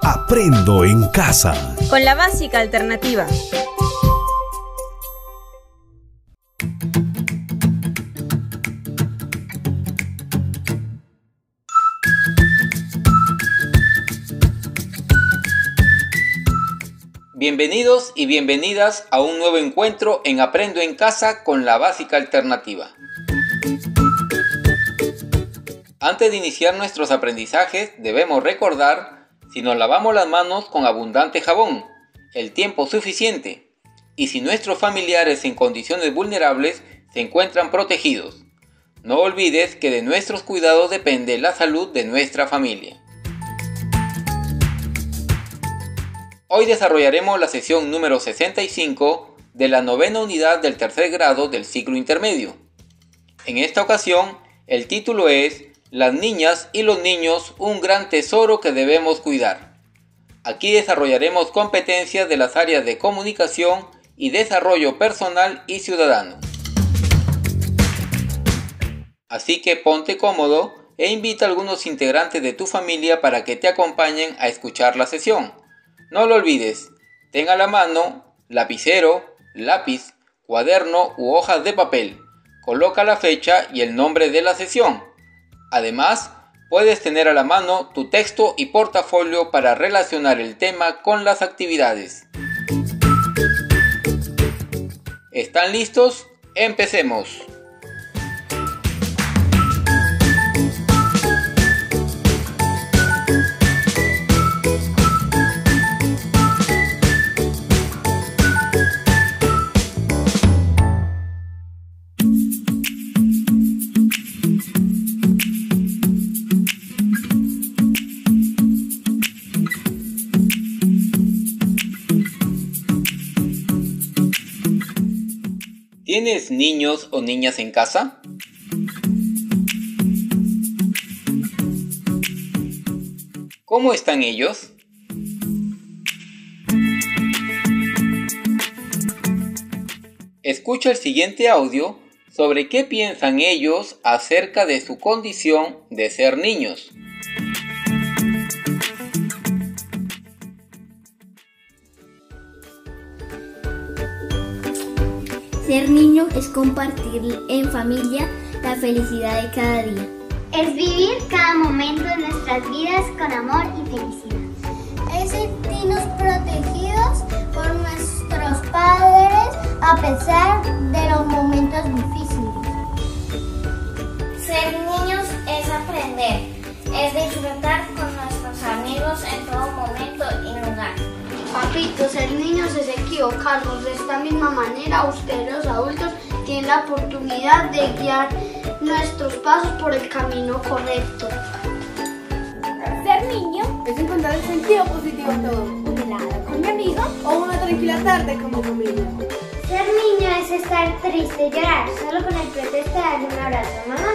Aprendo en casa. Con la básica alternativa. Bienvenidos y bienvenidas a un nuevo encuentro en Aprendo en Casa con la básica alternativa. Antes de iniciar nuestros aprendizajes, debemos recordar si nos lavamos las manos con abundante jabón, el tiempo suficiente, y si nuestros familiares en condiciones vulnerables se encuentran protegidos. No olvides que de nuestros cuidados depende la salud de nuestra familia. Hoy desarrollaremos la sesión número 65 de la novena unidad del tercer grado del ciclo intermedio. En esta ocasión, el título es Las niñas y los niños, un gran tesoro que debemos cuidar. Aquí desarrollaremos competencias de las áreas de comunicación y desarrollo personal y ciudadano. Así que ponte cómodo e invita a algunos integrantes de tu familia para que te acompañen a escuchar la sesión. No lo olvides, ten a la mano lapicero, lápiz, cuaderno u hojas de papel. Coloca la fecha y el nombre de la sesión. Además, puedes tener a la mano tu texto y portafolio para relacionar el tema con las actividades. ¿Están listos? ¡Empecemos! ¿Tienes niños o niñas en casa? ¿Cómo están ellos? Escucha el siguiente audio sobre qué piensan ellos acerca de su condición de ser niños. Ser niño es compartir en familia la felicidad de cada día. Es vivir cada momento de nuestras vidas con amor y felicidad. Es sentirnos protegidos por nuestros padres a pesar de los momentos difíciles. Ser niños es aprender, es disfrutar con nuestros amigos en todo momento y lugar. Papito, ser niños es equivocarnos. De esta misma manera, ustedes los adultos tienen la oportunidad de guiar nuestros pasos por el camino correcto. Ser niño es encontrar el sentido positivo a todo. Un helado con mi amigo o una tranquila tarde con mi familia. Ser niño es estar triste y llorar solo con el pretexto de darle un abrazo a mamá.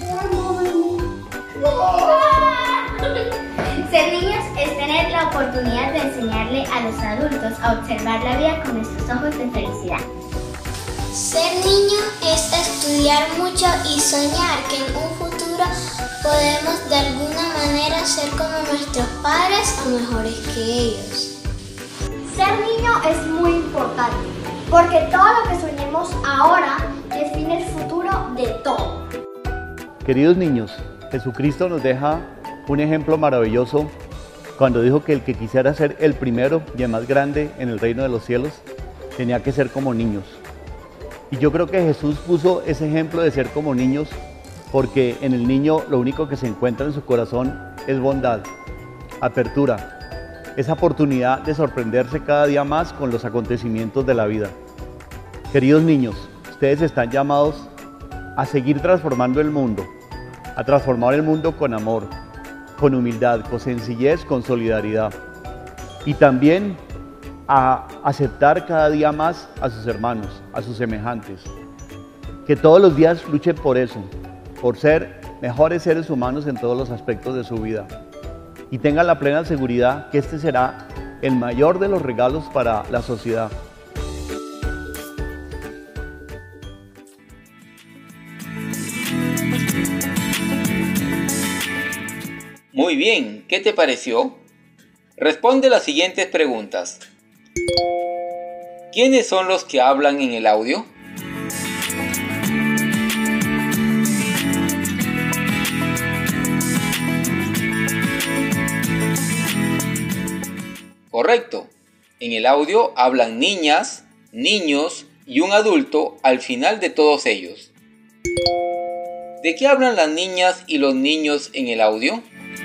Ser niños es tener la oportunidad de enseñarle a los adultos a observar la vida con nuestros ojos de felicidad. Ser niño es estudiar mucho y soñar que en un futuro podemos de alguna manera ser como nuestros padres o mejores que ellos. Ser niño es muy importante porque todo lo que soñemos ahora define el futuro de todo. Queridos niños, Jesucristo nos deja un ejemplo maravilloso cuando dijo que el que quisiera ser el primero y el más grande en el reino de los cielos tenía que ser como niños. Y yo creo que Jesús puso ese ejemplo de ser como niños porque en el niño lo único que se encuentra en su corazón es bondad, apertura, esa oportunidad de sorprenderse cada día más con los acontecimientos de la vida. Queridos niños, ustedes están llamados a seguir transformando el mundo, a transformar el mundo con amor, con humildad, con sencillez, con solidaridad. Y también a aceptar cada día más a sus hermanos, a sus semejantes. Que todos los días luchen por eso, por ser mejores seres humanos en todos los aspectos de su vida. Y tengan la plena seguridad que este será el mayor de los regalos para la sociedad. Muy bien, ¿qué te pareció? Responde las siguientes preguntas. ¿Quiénes son los que hablan en el audio? Correcto. En el audio hablan niñas, niños y un adulto al final de todos ellos. ¿De qué hablan las niñas y los niños en el audio?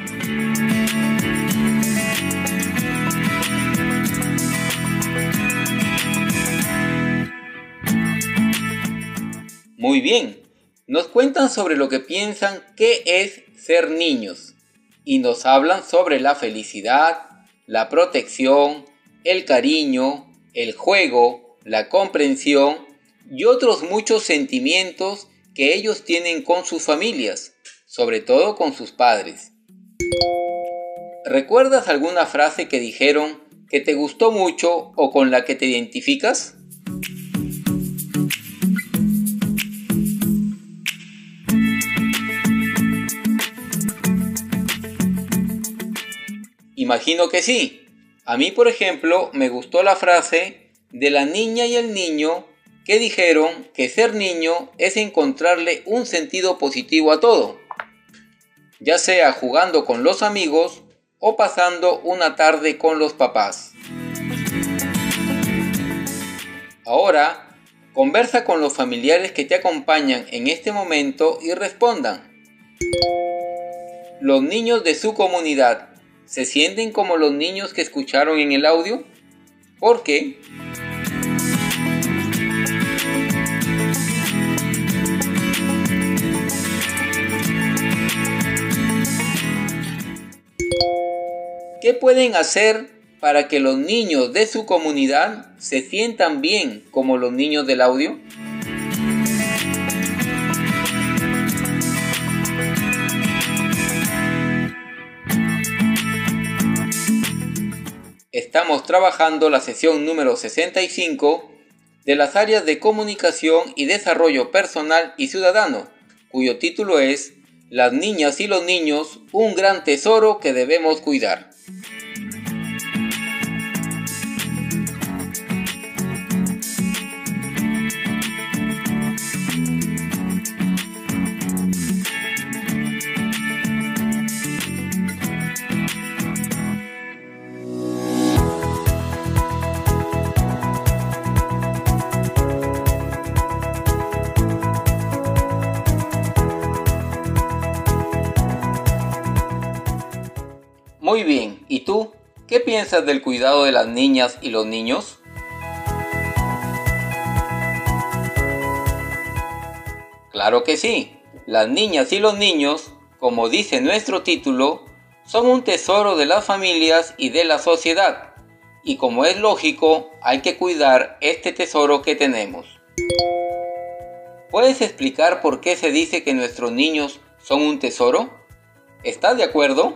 Muy bien, nos cuentan sobre lo que piensan que es ser niños y nos hablan sobre la felicidad, la protección, el cariño, el juego, la comprensión y otros muchos sentimientos que ellos tienen con sus familias, sobre todo con sus padres. ¿Recuerdas alguna frase que dijeron que te gustó mucho o con la que te identificas? Imagino que sí. A mí, por ejemplo, me gustó la frase de la niña y el niño que dijeron que ser niño es encontrarle un sentido positivo a todo, ya sea jugando con los amigos o pasando una tarde con los papás. Ahora, conversa con los familiares que te acompañan en este momento y respondan. ¿Los niños de su comunidad se sienten como los niños que escucharon en el audio? ¿Por qué? ¿Qué pueden hacer para que los niños de su comunidad se sientan bien como los niños del audio? Estamos trabajando la sesión número 65 de las áreas de comunicación y desarrollo personal y ciudadano, cuyo título es Las niñas y los niños, un gran tesoro que debemos cuidar. Muy bien, ¿y tú? ¿Qué piensas del cuidado de las niñas y los niños? Claro que sí, las niñas y los niños, como dice nuestro título, son un tesoro de las familias y de la sociedad, y como es lógico, hay que cuidar este tesoro que tenemos. ¿Puedes explicar por qué se dice que nuestros niños son un tesoro? ¿Estás de acuerdo?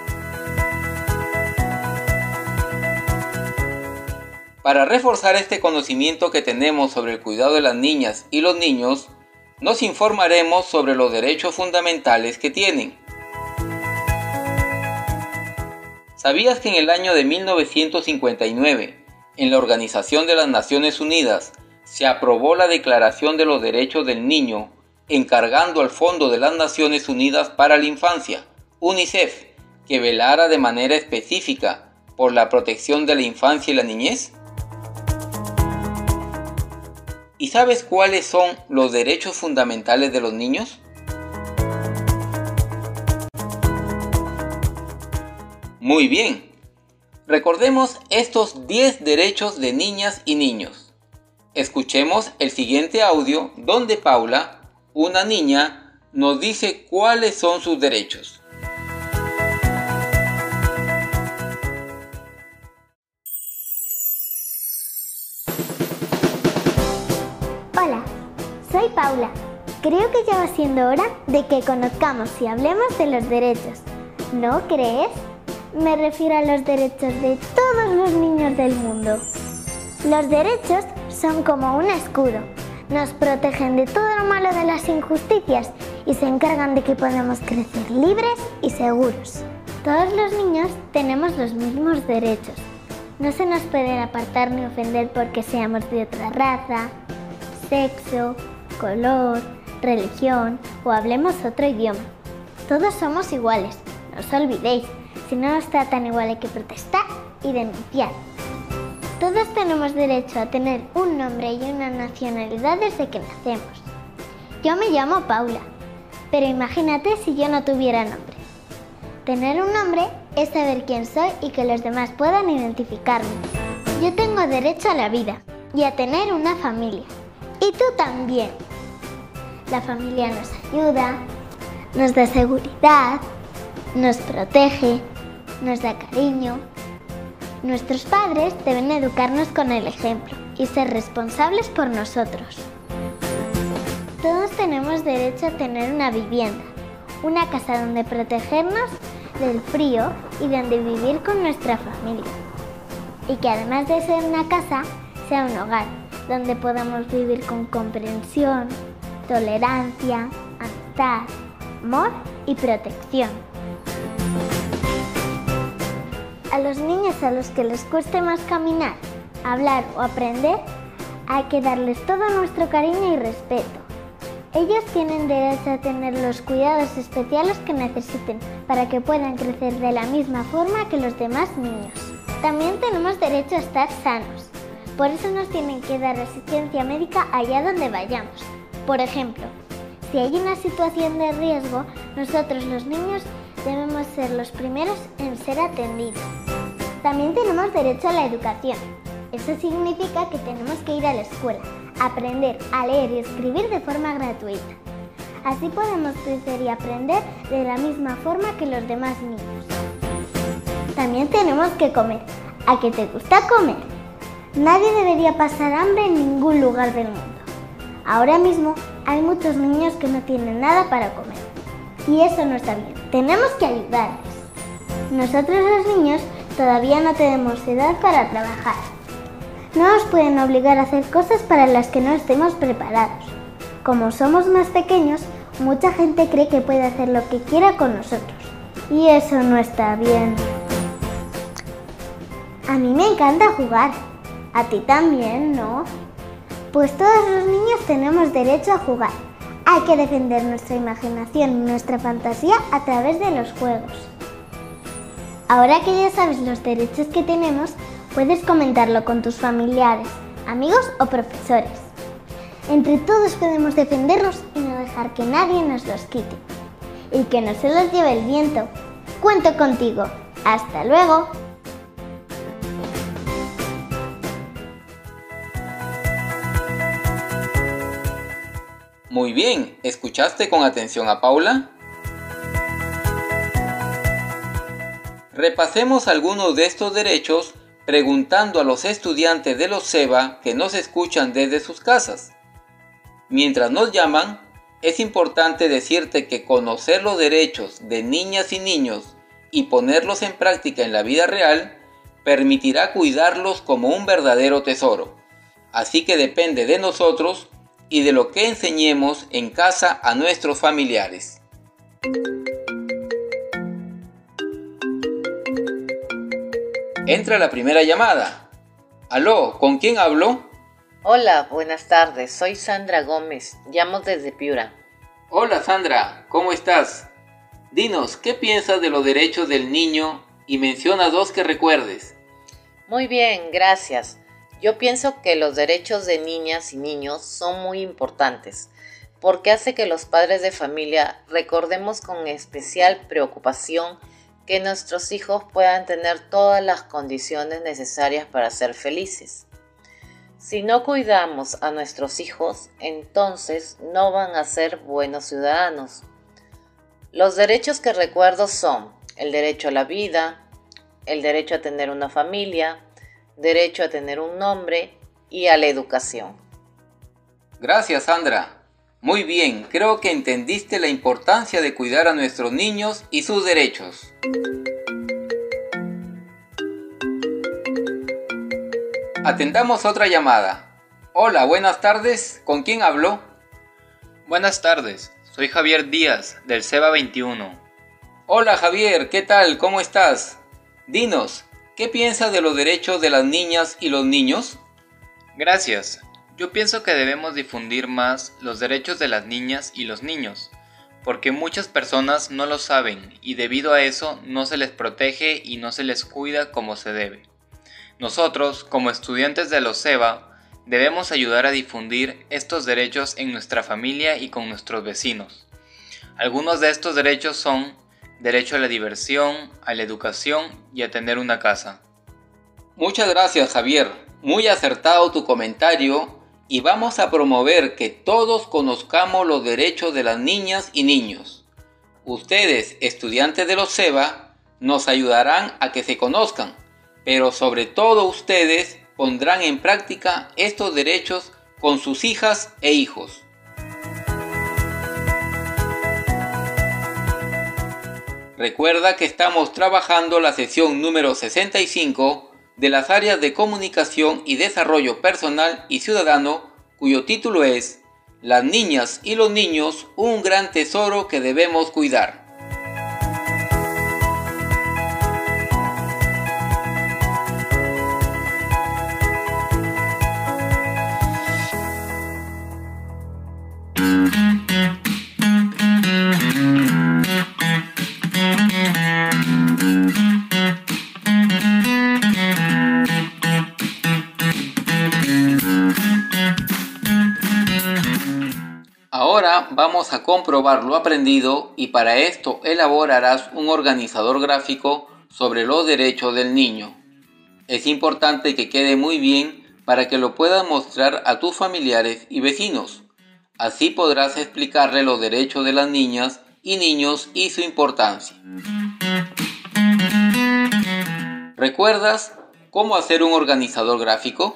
Para reforzar este conocimiento que tenemos sobre el cuidado de las niñas y los niños, nos informaremos sobre los derechos fundamentales que tienen. ¿Sabías que en el año de 1959, en la Organización de las Naciones Unidas, se aprobó la Declaración de los Derechos del Niño, encargando al Fondo de las Naciones Unidas para la Infancia, UNICEF, que velara de manera específica por la protección de la infancia y la niñez? ¿Y sabes cuáles son los derechos fundamentales de los niños? Muy bien. Recordemos estos 10 derechos de niñas y niños. Escuchemos el siguiente audio donde Paula, una niña, nos dice cuáles son sus derechos. Hola, soy Paula. Creo que ya va siendo hora de que conozcamos y hablemos de los derechos. ¿No crees? Me refiero a los derechos de todos los niños del mundo. Los derechos son como un escudo. Nos protegen de todo lo malo de las injusticias y se encargan de que podamos crecer libres y seguros. Todos los niños tenemos los mismos derechos. No se nos pueden apartar ni ofender porque seamos de otra raza, sexo, color, religión o hablemos otro idioma. Todos somos iguales, no os olvidéis. Si no nos tratan igual hay que protestar y denunciar. Todos tenemos derecho a tener un nombre y una nacionalidad desde que nacemos. Yo me llamo Paula, pero imagínate si yo no tuviera nombre. Tener un nombre es saber quién soy y que los demás puedan identificarme. Yo tengo derecho a la vida y a tener una familia. Y tú también. La familia nos ayuda, nos da seguridad, nos protege, nos da cariño. Nuestros padres deben educarnos con el ejemplo y ser responsables por nosotros. Todos tenemos derecho a tener una vivienda, una casa donde protegernos del frío y donde vivir con nuestra familia. Y que además de ser una casa, sea un hogar, donde podamos vivir con comprensión, tolerancia, amistad, amor y protección. A los niños a los que les cueste más caminar, hablar o aprender, hay que darles todo nuestro cariño y respeto. Ellos tienen derecho a tener los cuidados especiales que necesiten para que puedan crecer de la misma forma que los demás niños. También tenemos derecho a estar sanos. Por eso nos tienen que dar asistencia médica allá donde vayamos. Por ejemplo, si hay una situación de riesgo, nosotros los niños debemos ser los primeros en ser atendidos. También tenemos derecho a la educación. Eso significa que tenemos que ir a la escuela, aprender a leer y escribir de forma gratuita. Así podemos crecer y aprender de la misma forma que los demás niños. También tenemos que comer. ¿A qué te gusta comer? Nadie debería pasar hambre en ningún lugar del mundo. Ahora mismo hay muchos niños que no tienen nada para comer. Y eso no está bien. Tenemos que ayudarles. Nosotros los niños todavía no tenemos edad para trabajar. No nos pueden obligar a hacer cosas para las que no estemos preparados. Como somos más pequeños, mucha gente cree que puede hacer lo que quiera con nosotros. Y eso no está bien. A mí me encanta jugar. ¿A ti también, no? Pues todos los niños tenemos derecho a jugar. Hay que defender nuestra imaginación y nuestra fantasía a través de los juegos. Ahora que ya sabes los derechos que tenemos, puedes comentarlo con tus familiares, amigos o profesores. Entre todos podemos defendernos y no dejar que nadie nos los quite. Y que no se los lleve el viento. Cuento contigo. ¡Hasta luego! Muy bien, ¿escuchaste con atención a Paula? Repasemos algunos de estos derechos preguntando a los estudiantes de los SEBA que nos escuchan desde sus casas. Mientras nos llaman, es importante decirte que conocer los derechos de niñas y niños y ponerlos en práctica en la vida real permitirá cuidarlos como un verdadero tesoro. Así que depende de nosotros y de lo que enseñemos en casa a nuestros familiares. Entra la primera llamada. Aló, ¿con quién hablo? Hola, buenas tardes. Soy Sandra Gómez. Llamo desde Piura. Hola Sandra, ¿cómo estás? Dinos, ¿qué piensas de los derechos del niño? Y menciona dos que recuerdes. Muy bien, gracias. Yo pienso que los derechos de niñas y niños son muy importantes, porque hace que los padres de familia recordemos con especial preocupación que nuestros hijos puedan tener todas las condiciones necesarias para ser felices. Si no cuidamos a nuestros hijos, entonces no van a ser buenos ciudadanos. Los derechos que recuerdo son el derecho a la vida, el derecho a tener una familia, derecho a tener un nombre y a la educación. Gracias, Sandra. Muy bien, creo que entendiste la importancia de cuidar a nuestros niños y sus derechos. Atendamos otra llamada. Hola, buenas tardes. ¿Con quién hablo? Buenas tardes. Soy Javier Díaz, del SEBA 21. Hola Javier, ¿qué tal? ¿Cómo estás? Dinos, ¿qué piensas de los derechos de las niñas y los niños? Gracias. Yo pienso que debemos difundir más los derechos de las niñas y los niños, porque muchas personas no lo saben y debido a eso no se les protege y no se les cuida como se debe. Nosotros, como estudiantes de los SEBA, debemos ayudar a difundir estos derechos en nuestra familia y con nuestros vecinos. Algunos de estos derechos son derecho a la diversión, a la educación y a tener una casa. Muchas gracias Javier, muy acertado tu comentario y vamos a promover que todos conozcamos los derechos de las niñas y niños. Ustedes, estudiantes de los SEBA, nos ayudarán a que se conozcan, pero sobre todo ustedes pondrán en práctica estos derechos con sus hijas e hijos. Recuerda que estamos trabajando la sesión número 65 de las áreas de comunicación y desarrollo personal y ciudadano, cuyo título es Las niñas y los niños, un gran tesoro que debemos cuidar. Ahora vamos a comprobar lo aprendido y para esto elaborarás un organizador gráfico sobre los derechos del niño. Es importante que quede muy bien para que lo puedas mostrar a tus familiares y vecinos. Así podrás explicarle los derechos de las niñas y niños y su importancia. ¿Recuerdas cómo hacer un organizador gráfico?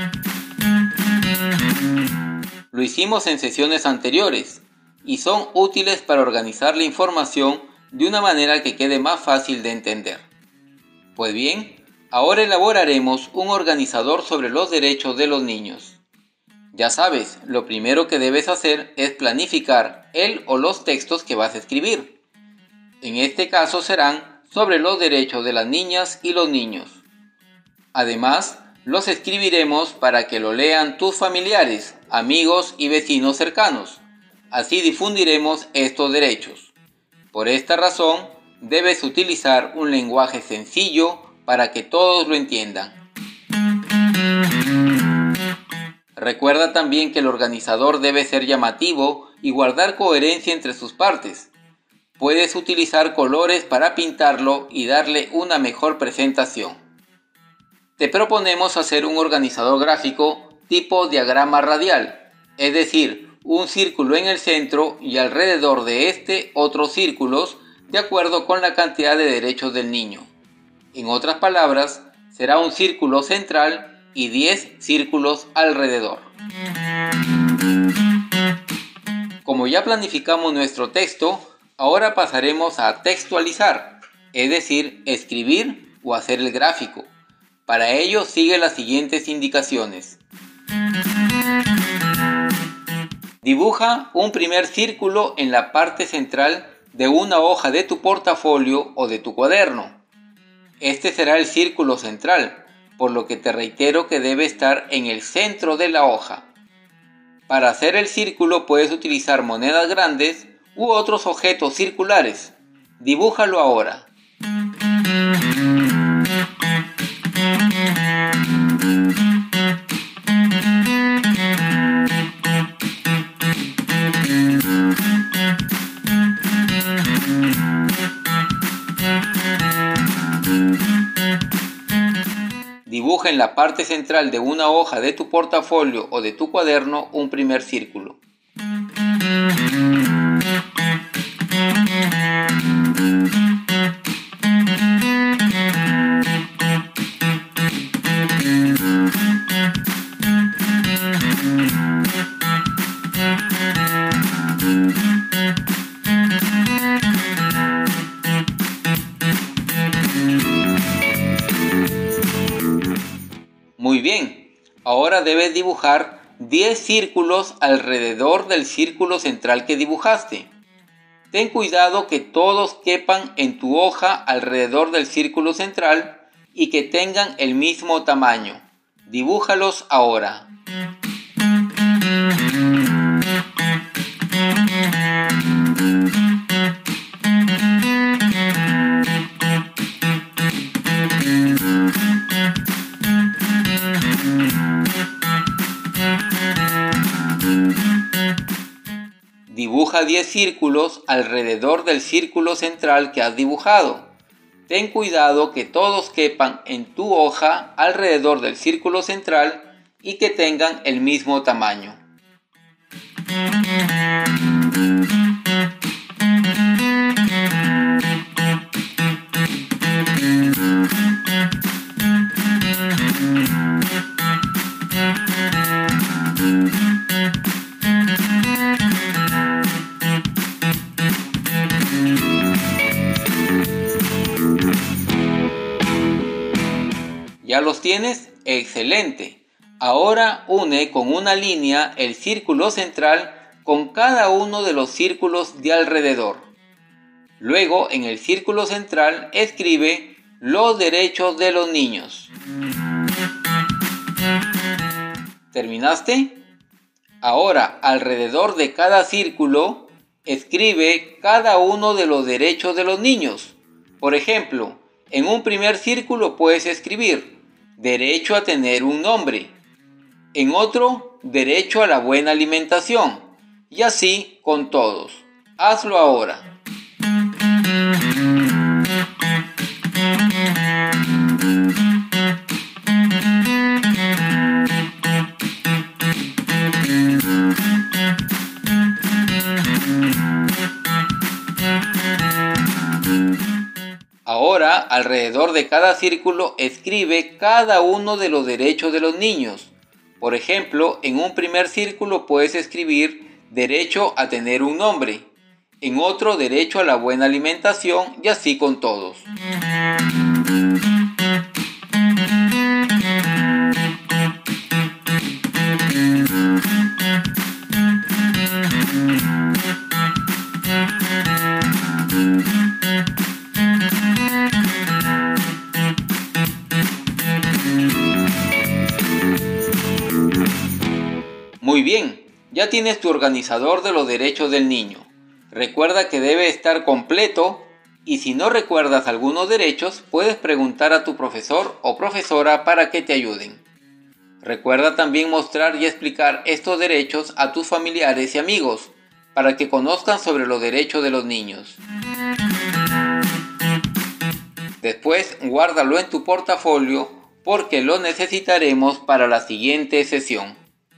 Lo hicimos en sesiones anteriores y son útiles para organizar la información de una manera que quede más fácil de entender. Pues bien, ahora elaboraremos un organizador sobre los derechos de los niños. Ya sabes, lo primero que debes hacer es planificar el o los textos que vas a escribir. En este caso serán sobre los derechos de las niñas y los niños. Además, los escribiremos para que lo lean tus familiares, amigos y vecinos cercanos. Así difundiremos estos derechos. Por esta razón, debes utilizar un lenguaje sencillo para que todos lo entiendan. Recuerda también que el organizador debe ser llamativo y guardar coherencia entre sus partes. Puedes utilizar colores para pintarlo y darle una mejor presentación. Te proponemos hacer un organizador gráfico tipo diagrama radial, es decir, un círculo en el centro y alrededor de este otros círculos de acuerdo con la cantidad de derechos del niño. En otras palabras, será un círculo central y 10 círculos alrededor. Como ya planificamos nuestro texto, ahora pasaremos a textualizar, es decir, escribir o hacer el gráfico. Para ello sigue las siguientes indicaciones. Dibuja un primer círculo en la parte central de una hoja de tu portafolio o de tu cuaderno. Este será el círculo central, por lo que te reitero que debe estar en el centro de la hoja. Para hacer el círculo puedes utilizar monedas grandes u otros objetos circulares. Dibújalo ahora. Dibuja en la parte central de una hoja de tu portafolio o de tu cuaderno un primer círculo. Muy bien, ahora debes dibujar 10 círculos alrededor del círculo central que dibujaste. Ten cuidado que todos quepan en tu hoja alrededor del círculo central y que tengan el mismo tamaño. Dibújalos ahora. Dibuja 10 círculos alrededor del círculo central que has dibujado. Ten cuidado que todos quepan en tu hoja alrededor del círculo central y que tengan el mismo tamaño. ¿Ya los tienes? ¡Excelente! Ahora une con una línea el círculo central con cada uno de los círculos de alrededor. Luego, en el círculo central, escribe los derechos de los niños. ¿Terminaste? Ahora, alrededor de cada círculo, escribe cada uno de los derechos de los niños. Por ejemplo, en un primer círculo puedes escribir derecho a tener un nombre. En otro, derecho a la buena alimentación. Y así con todos. Hazlo ahora. Ahora, alrededor de cada círculo, escribe cada uno de los derechos de los niños. Por ejemplo, en un primer círculo puedes escribir derecho a tener un nombre. En otro, derecho a la buena alimentación y así con todos. Muy bien, ya tienes tu organizador de los derechos del niño. Recuerda que debe estar completo y si no recuerdas algunos derechos, puedes preguntar a tu profesor o profesora para que te ayuden. Recuerda también mostrar y explicar estos derechos a tus familiares y amigos para que conozcan sobre los derechos de los niños. Después, guárdalo en tu portafolio porque lo necesitaremos para la siguiente sesión.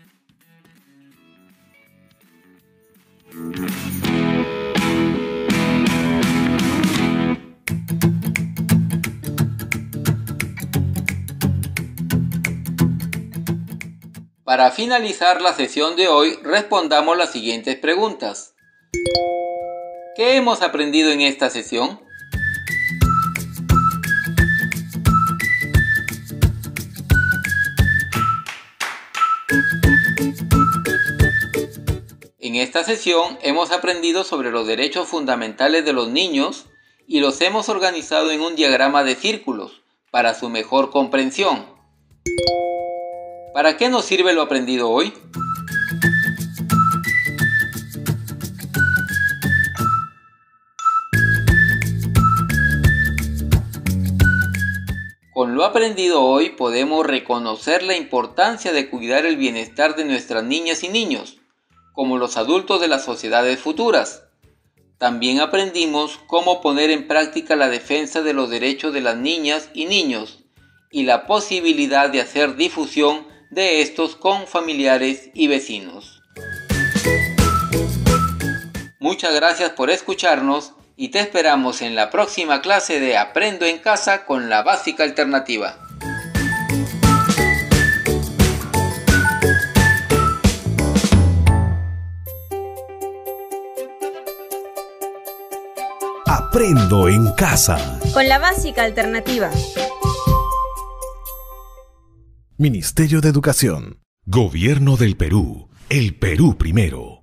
Para finalizar la sesión de hoy, respondamos las siguientes preguntas. ¿Qué hemos aprendido en esta sesión? En esta sesión hemos aprendido sobre los derechos fundamentales de los niños y los hemos organizado en un diagrama de círculos para su mejor comprensión. ¿Para qué nos sirve lo aprendido hoy? Con lo aprendido hoy podemos reconocer la importancia de cuidar el bienestar de nuestras niñas y niños, como los adultos de las sociedades futuras. También aprendimos cómo poner en práctica la defensa de los derechos de las niñas y niños y la posibilidad de hacer difusión de estos con familiares y vecinos. Muchas gracias por escucharnos y te esperamos en la próxima clase de Aprendo en Casa con la Básica Alternativa. Aprendo en Casa con la Básica Alternativa. Ministerio de Educación. Gobierno del Perú. El Perú primero.